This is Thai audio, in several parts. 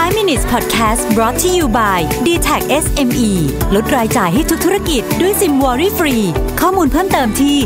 5 minutes podcast brought to you by DTAC SME ลดรายจ่ายให้ทุกธุรกิจด้วยซิมวอรี่ฟรีข้อมูลเพิ่มเติมที่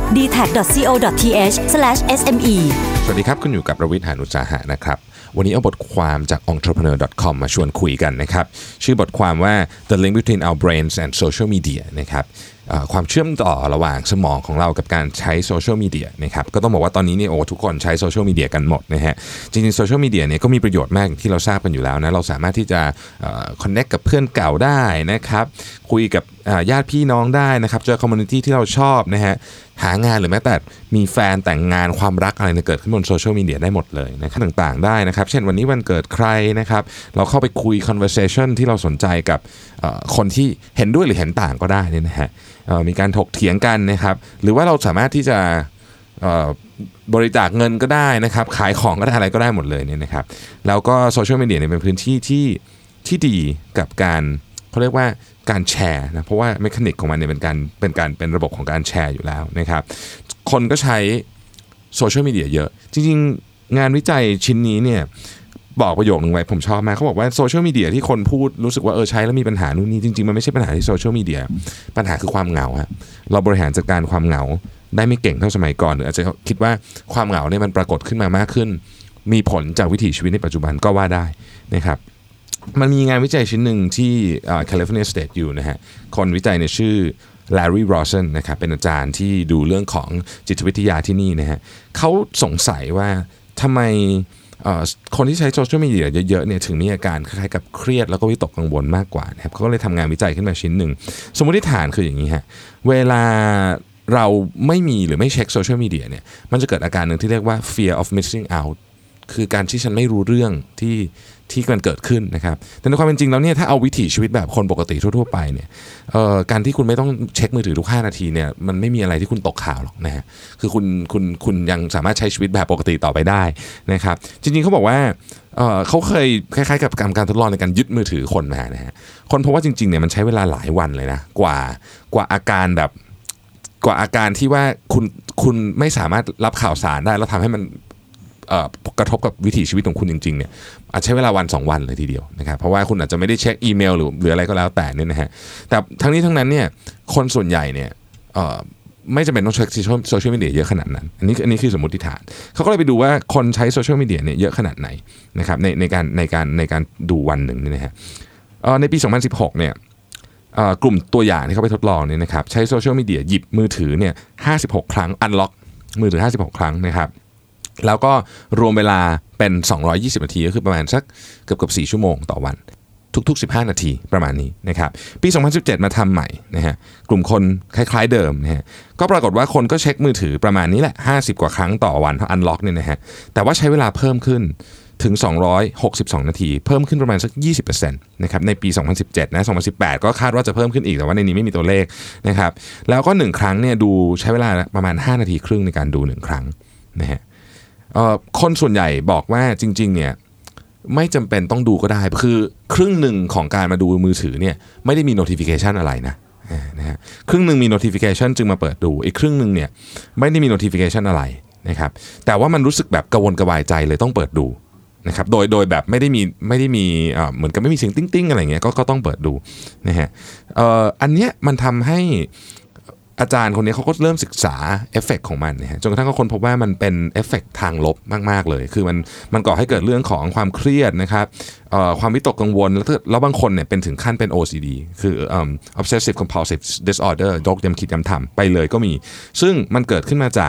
dtac.co.th/sme สวัสดีครับคุณอยู่กับประวิทย์ หาญอุตสาหะนะครับวันนี้เอาบทความจาก entrepreneur.com มาชวนคุยกันนะครับชื่อบทความว่า The Link Between Our Brains and Social Media นะครับความเชื่อมต่อระหว่างสมองของเรากับการใช้โซเชียลมีเดียนะครับก็ต้องบอกว่าตอนนี้เนี่ยทุกคนใช้โซเชียลมีเดียกันหมดนะฮะจริงๆโซเชียลมีเดียเนี่ยก็มีประโยชน์มากที่เราทราบกันอยู่แล้วนะเราสามารถที่จะconnect กับเพื่อนเก่าได้นะครับคุยกับญาติพี่น้องได้นะครับเจอคอมมูนิตี้ที่เราชอบนะฮะหางานหรือแม้แต่มีแฟนแต่งงานความรักอะไรเนี่ยเกิดขึ้นบนโซเชียลมีเดียได้หมดเลยนะครับต่างๆได้นะครับเช่นวันนี้วันเกิดใครนะครับเราเข้าไปคุย conversation ที่เราสนใจกับคนที่เห็นด้วยหรือเห็นต่างก็ได้นี่นะฮะมีการถกเถียงกันนะครับหรือว่าเราสามารถที่จะบริจาคเงินก็ได้นะครับขายของก็ได้อะไรก็ได้หมดเลยเนี่ยนะครับแล้วก็โซเชียลมีเดียเนี่ยเป็นพื้นที่ที่ดีกับการเขาเรียกว่าการแชร์นะเพราะว่าเมคานิกของมันเนี่ยเป็นระบบของการแชร์อยู่แล้วนะครับคนก็ใช้โซเชียลมีเดียเยอะจริงๆงานวิจัยชิ้นนี้เนี่ยบอกประโยคนึงไว้ผมชอบมากเขาบอกว่าโซเชียลมีเดียที่คนพูดรู้สึกว่าใช้แล้วมีปัญหานู่นนี่จริงๆมันไม่ใช่ปัญหาที่โซเชียลมีเดียปัญหาคือความเหงาฮะเราบริหารจัดการความเหงาได้ไม่เก่งเท่าสมัยก่อนหรืออาจจะคิดว่าความเหงาเนี่ยมันปรากฏขึ้นมามากขึ้นมีผลจากวิถีชีวิตในปัจจุบันก็ว่าได้นะครับมันมีงานวิจัยชิ้นหนึ่งที่ California State U นะฮะคนวิจัยเนี่ยชื่อ Larry Rosen นะครับเป็นอาจารย์ที่ดูเรื่องของจิตวิทยาที่นี่นะฮะเขาสงสัยว่าทำไมคนที่ใช้โซเชียลมีเดียเยอะๆเนี่ยถึงมีอาการคล้ายๆกับเครียดแล้วก็วิตกกังวลมากกว่านะครับเขาก็เลยทำงานวิจัยขึ้นมาชิ้นหนึ่งสมมติฐานคืออย่างนี้ฮะเวลาเราไม่มีหรือไม่เช็คโซเชียลมีเดียเนี่ยมันจะเกิดอาการหนึ่งที่เรียกว่า fear of missing out คือการที่ฉันไม่รู้เรื่องที่มันเกิดขึ้นนะครับแต่ในความเป็นจริงแล้วเนี่ยถ้าเอาวิถีชีวิตแบบคนปกติทั่วๆไปเนี่ยการที่คุณไม่ต้องเช็คมือถือทุก5นาทีเนี่ยมันไม่มีอะไรที่คุณตกข่าวหรอกนะฮะคือคุณยังสามารถใช้ชีวิตแบบปกติต่อไปได้นะครับจริงๆเขาบอกว่าเขาเคยคล้ายๆกับการทดลองในการยึดมือถือคนมานะฮะคนพบว่าจริงๆเนี่ยมันใช้เวลาหลายวันเลยนะกว่าอาการที่ว่าคุณไม่สามารถรับข่าวสารได้แล้วทำให้มันกระทบกับวิถีชีวิตของคุณจริงๆเนี่ยอาจใช้เวลาวัน2วันเลยทีเดียวนะครับเพราะว่าคุณอาจจะไม่ได้เช็คอีเมลหรืออะไรก็แล้วแต่เนี่ยนะฮะแต่ทั้งนี้ทั้งนั้นเนี่ยคนส่วนใหญ่เนี่ยไม่จำเป็นต้องเช็คโซเชียลมีเดียเยอะขนาดนั้นอันนี้คือสมมติฐานเขาก็เลยไปดูว่าคนใช้โซเชียลมีเดียเนี่ยเยอะขนาดไหนนะครับในการดูวันหนึ่งนี่นะฮะในปี2016เนี่ยกลุ่มตัวอย่างที่เขาไปทดลองเนี่ยนะครับใช้โซเชียลมีเดียหยิบมือถือเนี่ย56ครั้งอันล็อกมือถือ56ครั้งนะครับแล้วก็รวมเวลาเป็น220นาทีก็คือประมาณสักเกือบ4ชั่วโมงต่อวันทุกๆ15นาทีประมาณนี้นะครับปี2017มาทำใหม่นะฮะกลุ่มคนคล้ายๆเดิมนะฮะก็ปรากฏว่าคนก็เช็คมือถือประมาณนี้แหละ50กว่าครั้งต่อวันเท่าอันล็อกเนี่ยนะฮะแต่ว่าใช้เวลาเพิ่มขึ้นถึง262นาทีเพิ่มขึ้นประมาณสัก 20% นะครับในปี2017นะ2018ก็คาดว่าจะเพิ่มขึ้นอีกแต่ว่าในนี้ไม่มีตัวเลขนะครับแล้วก็1ครั้งเนี่ยดูใช้เวลาประมาณ5นาทีครึ่งในการดู1ครั้งนะฮะคนส่วนใหญ่บอกว่าจริงๆเนี่ยไม่จำเป็นต้องดูก็ได้คือครึ่งหนึ่งของการมาดูมือถือเนี่ยไม่ได้มี notification อะไรนะฮะครึ่งหนึ่งมี notification จึงมาเปิดดูอีกครึ่งหนึ่งเนี่ยไม่ได้มี notification อะไรนะครับแต่ว่ามันรู้สึกแบบกระวนกระวายใจเลยต้องเปิดดูนะครับโดยแบบไม่ได้มีเหมือนกับไม่มีเสียงติ้งๆอะไรเงี้ยก็ต้องเปิดดูนะฮะอันเนี้ยมันทำให้อาจารย์คนนี้เขาก็เริ่มศึกษาเอฟเฟกต์ของมันนะฮะจนกระทั่งเขาค้นพบว่ามันเป็นเอฟเฟกต์ทางลบมากๆเลยคือมันก่อให้เกิดเรื่องของความเครียดนะครับความวิตกกังวลแล้วบางคนเนี่ยเป็นถึงขั้นเป็น OCD คือobsessive compulsive disorder ยกย้ำคิดย้ำทำไปเลยก็มีซึ่งมันเกิดขึ้นมาจาก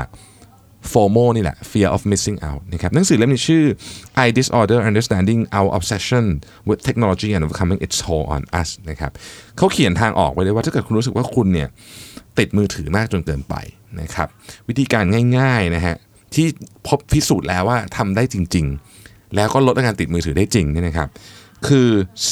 FOMO นี่แหละ fear of missing out นะครับหนังสือเล่มนี้ชื่อ I Disorder Understanding Our Obsession with Technology and Overcoming Its Toll on Us นะครับเขาเขียนทางออกไว้เลยว่าถ้าเกิดคุณรู้สึกว่าคุณเนี่ยติดมือถือมากจนเกินไปนะครับวิธีการง่ายๆนะฮะที่พบพิสูจน์แล้วว่าทำได้จริงๆแล้วก็ลดอาการติดมือถือได้จริงเนี่ยนะครับคือ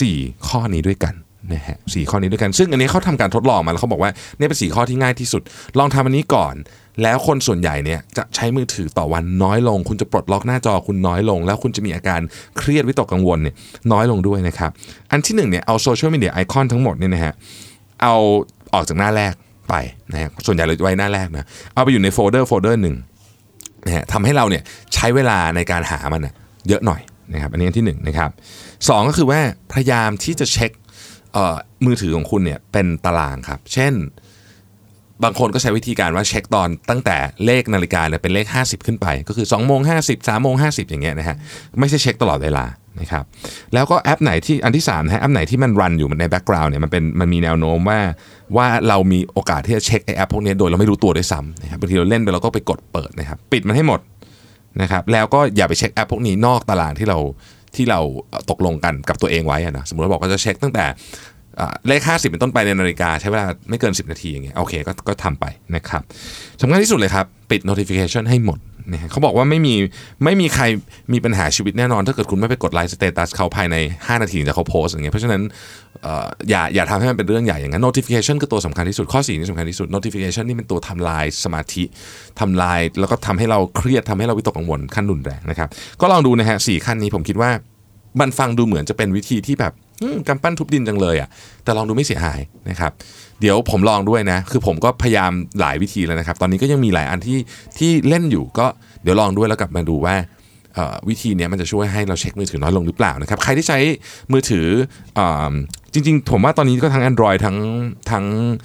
4ข้อนี้ด้วยกันนะฮะ4ข้อนี้ด้วยกันซึ่งอันนี้เขาทำการทดลองมาแล้วเขาบอกว่านี่เป็น4ข้อที่ง่ายที่สุดลองทำอันนี้ก่อนแล้วคนส่วนใหญ่เนี่ยจะใช้มือถือต่อวันน้อยลงคุณจะปลดล็อกหน้าจอคุณน้อยลงแล้วคุณจะมีอาการเครียดวิตกกังวลเนี่ยน้อยลงด้วยนะครับอันที่1เนี่ยเอาโซเชียลมีเดียไอคอนทั้งหมดเนี่ยนะฮะเอาออกจากหน้าแรกไปนะฮะส่วนใหญ่เราจะไว้หน้าแรกนะเอาไปอยู่ในโฟลเดอร์หนึ่งนะฮะทำให้เราเนี่ยใช้เวลาในการหามันเยอะหน่อยนะครับอันนี้อันที่1นะครับ2ก็คือว่าพยายามที่จะเช็คมือถือของคุณเนี่ยเป็นตารางครับเช่นบางคนก็ใช้วิธีการว่าเช็คตอนตั้งแต่เลขนาฬิกาเนี่ยเป็นเลข50ขึ้นไปก็คือ 2:50 3:50อย่างเงี้ยนะฮะไม่ใช่เช็คตลอดเวลานะครับแล้วก็แอปไหนที่อันที่3นะฮะแอปไหนที่มันรันอยู่ในแบ็คกราวด์เนี่ยมันมีแนวโน้มว่าเรามีโอกาสที่จะเช็คไอ้แอปพวกนี้โดยเราไม่รู้ตัวด้วยซ้ำนะครับบางทีเราเล่นไปเราก็ไปกดเปิดนะครับปิดมันให้หมดนะครับแล้วก็อย่าไปเช็คแอปพวกนี้นอกตารางที่เราตกลงกันกับตัวเองไว้นะสมมติเราบอกว่าจะเช็คตั้งแต่เลข50เป็นต้นไปในนาฬิกาใช้เวลาไม่เกิน10นาทีอย่างเงี้ยโอเคก็ทำไปนะครับสำคัญที่สุดเลยครับปิด notification ให้หมดนะเขาบอกว่าไม่มีใครมีปัญหาชีวิตแน่นอนถ้าเกิดคุณไม่ไปกดไลค์สเตตัสเขาภายใน5นาทีจากเขาโพสอย่างเงี้ยเพราะฉะนั้นอย่าทำให้มันเป็นเรื่องใหญ่อย่างนั้น notification คือตัวสำคัญที่สุดข้อ4นี่สำคัญที่สุด notification นี่เป็นตัวทำลายสมาธิทำลายแล้วก็ทำให้เราเครียดทำให้เราวิตกกังวลขั้นรุนแรงนะครับก็ลองดูนะฮะ4ขั้นนี้ผมคิดว่ามันฟังดูเหมือนจะเป็นวิธีที่แบบกำปั้นทุบดินจังเลยอ่ะแต่ลองดูไม่เสียหายนะครับเดี๋ยวผมลองด้วยนะคือผมก็พยายามหลายวิธีแล้วนะครับตอนนี้ก็ยังมีหลายอันที่เล่นอยู่ก็เดี๋ยวลองด้วยแล้วกลับมาดูว่าวิธีนี้มันจะช่วยให้เราเช็คมือถือน้อยลงหรือเปล่านะครับใครที่ใช้มือถือจริงๆผมว่าตอนนี้ก็ทั้ง Android ทั้ง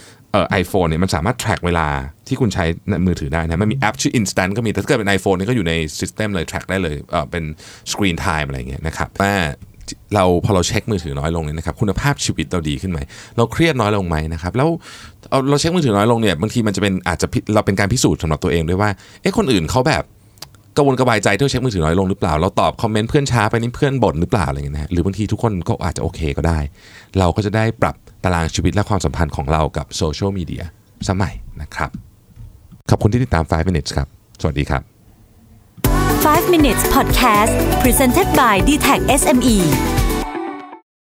iPhone เนี่ยมันสามารถ track เวลาที่คุณใช้มือถือได้นะมันมีแอปชื่อ Instant ก็มีแต่ถ้าเกิดเป็น iPhone นี่ก็อยู่ใน system เลย track ได้เลยเป็น screen time อะไรอย่างเงี้ยนะครับว่าพอเราเช็คมือถือน้อยลงเนี่ยนะครับคุณภาพชีวิตเราดีขึ้นไหมเราเครียดน้อยลงไหมนะครับแล้วเราเช็คมือถือน้อยลงเนี่ยบางทีมันจะเป็นอาจจะเราเป็นการพิสูจน์สำหรับตัวเองด้วยว่าคนอื่นเขาแบบกระวนกระวายใจที่เช็คมือถือน้อยลงหรือเปล่าเราตอบคอมเมนต์เพื่อนช้าไปนี่เพื่อนบ่นหรือเปล่าอะไรอย่างเงี้ยนะหรือบางทีทุกคนก็อาจจะโอเคก็ได้เราก็จะได้ปรับตารางชีวิตและความสัมพันธ์ของเรากับโซเชียลมีเดียสมัยนะครับขอบคุณที่ติดตาม5 minutes ครับสวัสดีครับ 5 minutes podcast presented by DTAC SME